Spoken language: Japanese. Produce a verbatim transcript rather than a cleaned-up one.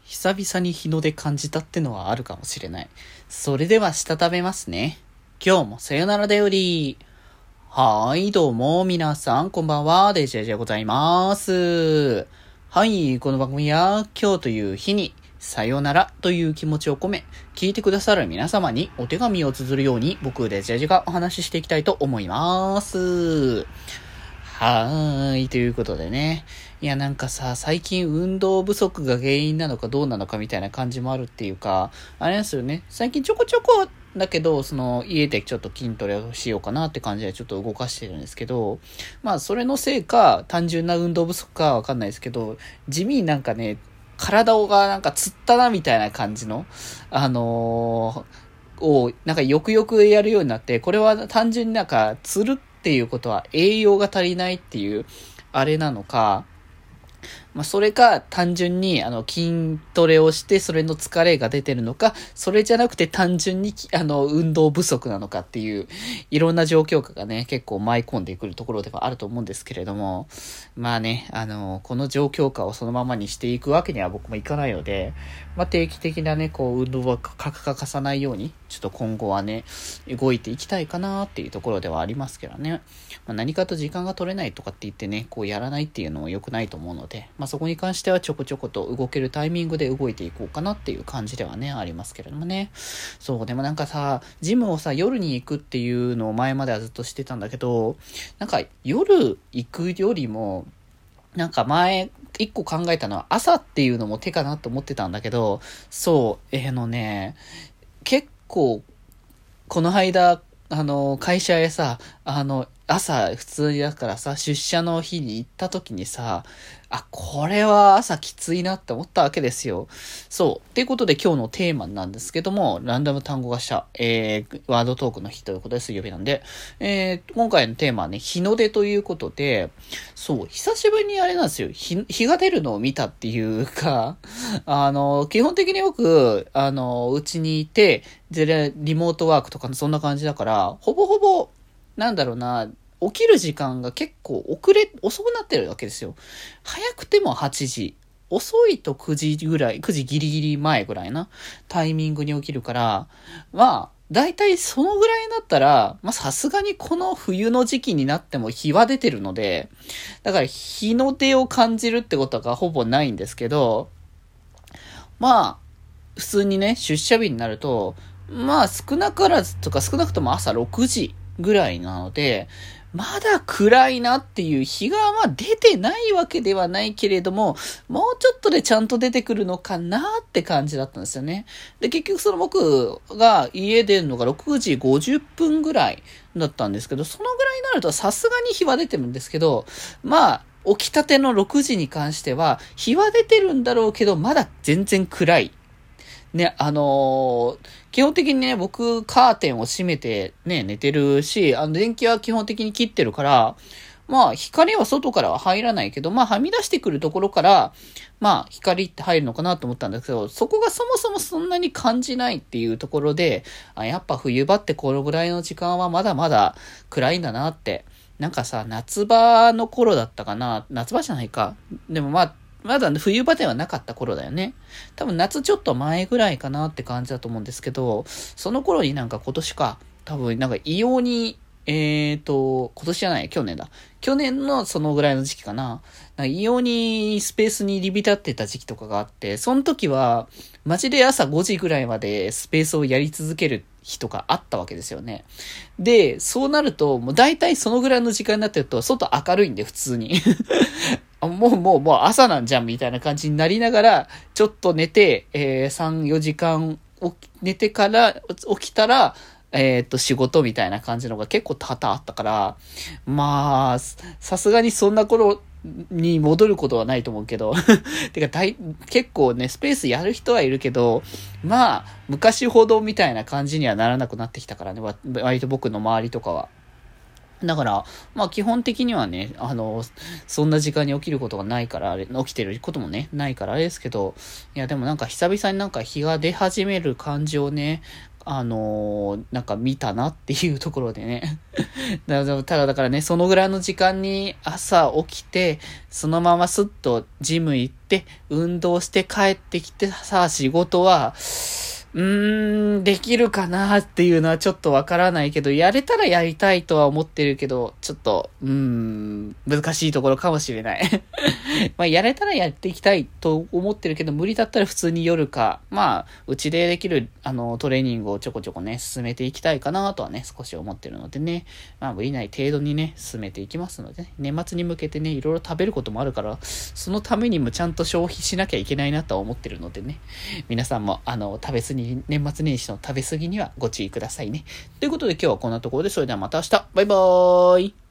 久々に日の出感じたってのはあるかもしれない。それではしたためますね。今日もさよならだより。はーい、どうも、皆さん、こんばんは、デジェジでございます。はい、この番組は、今日という日に、さよならという気持ちを込め、聞いてくださる皆様にお手紙を綴るように、僕、デジェジがお話ししていきたいと思います。はーい、ということでね。いや、なんかさ、最近運動不足が原因なのかどうなのかみたいな感じもあるっていうか、あれですよね。最近ちょこちょこだけど、その家でちょっと筋トレをしようかなって感じでちょっと動かしてるんですけど、まあそれのせいか、単純な運動不足かはわかんないですけど、地味になんかね、体がなんかつったなみたいな感じの、あのー、を、なんかよくよくやるようになって、これは単純になんかつるっていうことは栄養が足りないっていう、あれなのか、まあ、それか単純にあの筋トレをしてそれの疲れが出てるのか、それじゃなくて単純にあの運動不足なのかっていういろんな状況下がね結構舞い込んでくるところではあると思うんですけれども、まあね、あのこの状況下をそのままにしていくわけには僕もいかないので、まあ、定期的なねこう運動は欠かさないようにちょっと今後はね動いていきたいかなっていうところではありますけどね、まあ、何かと時間が取れないとかって言ってねこうやらないっていうのも良くないと思うので、まあ、そこに関してはちょこちょこと動けるタイミングで動いていこうかなっていう感じではねありますけれどもね。そう、でもなんかさ、ジムをさ夜に行くっていうのを前まではずっとしてたんだけど、なんか夜行くよりもなんか前一個考えたのは朝っていうのも手かなと思ってたんだけど、そう、えー、のね結構この間あの会社へさ、あの朝普通にだからさ出社の日に行った時にさ、あ、これは朝きついなって思ったわけですよ。そう。っていうことで今日のテーマなんですけども、ランダム単語がした、えー、ワードトークの日ということで水曜日なんで、えー、今回のテーマはね、日の出ということで、そう、久しぶりにあれなんですよ。日、日が出るのを見たっていうか、あの、基本的によく、あの、うちにいて、で、リモートワークとかそんな感じだから、ほぼほぼ、なんだろうな、起きる時間が結構遅れ、遅くなってるわけですよ。早くてもはちじ。遅いとくじぐらい、くじギリギリ前ぐらいなタイミングに起きるから、まあ、だいたいそのぐらいだったら、まあさすがにこの冬の時期になっても日は出てるので、だから日の出を感じるってことがほぼないんですけど、まあ、普通にね、出社日になると、まあ少なからずとか少なくとも朝ろくじぐらいなので、まだ暗いなっていう日がまあ出てないわけではないけれども、もうちょっとでちゃんと出てくるのかなって感じだったんですよね。で、結局その僕が家出るのがろくじごじゅっぷんぐらいだったんですけど、そのぐらいになるとさすがに日は出てるんですけど、まあ、起きたてのろくじに関しては、日は出てるんだろうけど、まだ全然暗い。ね、あのー、基本的にね、僕、カーテンを閉めてね、寝てるし、あの、電気は基本的に切ってるから、まあ、光は外からは入らないけど、まあ、はみ出してくるところから、まあ、光って入るのかなと思ったんだけど、そこがそもそもそんなに感じないっていうところで、あ、やっぱ冬場ってこのぐらいの時間はまだまだ暗いんだなって。なんかさ、夏場の頃だったかな、夏場じゃないか。でもまあ、まだ冬場ではなかった頃だよね。多分夏ちょっと前ぐらいかなって感じだと思うんですけど、その頃になんか今年か、多分なんか異様に、えーと、今年じゃない、去年だ。去年のそのぐらいの時期かな。なんか異様にスペースに入り浸ってた時期とかがあって、その時は、マジで朝ごじぐらいまでスペースをやり続ける日とかあったわけですよね。で、そうなると、もう大体そのぐらいの時間になってると、外明るいんで普通に。もうもうもう朝なんじゃんみたいな感じになりながら、ちょっと寝て、えー、さん、よじかん寝てから起きたら、えー、っと仕事みたいな感じのが結構多々あったから、まあ、さすがにそんな頃に戻ることはないと思うけど、てか大結構ね、スペースやる人はいるけど、まあ、昔ほどみたいな感じにはならなくなってきたからね、割と僕の周りとかは。だから、まあ基本的にはね、あの、そんな時間に起きることがないから、あれ、起きてることもね、ないからあれですけど、いやでもなんか久々になんか日が出始める感じをね、 あのー、なんか見たなっていうところでね。だからただだからね、そのぐらいの時間に朝起きて、そのままスッとジム行って、運動して帰ってきて、さあ仕事は、うーん、できるかなっていうのはちょっとわからないけど、やれたらやりたいとは思ってるけど、ちょっと、うーん、難しいところかもしれない。まあ、やれたらやっていきたいと思ってるけど、無理だったら普通に夜か、まあ、うちでできる、あの、トレーニングをちょこちょこね、進めていきたいかなとはね、少し思ってるのでね、まあ、無理ない程度にね、進めていきますのでね、年末に向けてね、いろいろ食べることもあるから、そのためにもちゃんと消費しなきゃいけないなとは思ってるのでね、皆さんも、あの、食べ過ぎ、年末年始の食べ過ぎにはご注意くださいね。ということで今日はこんなところで、それではまた明日、バイバーイ。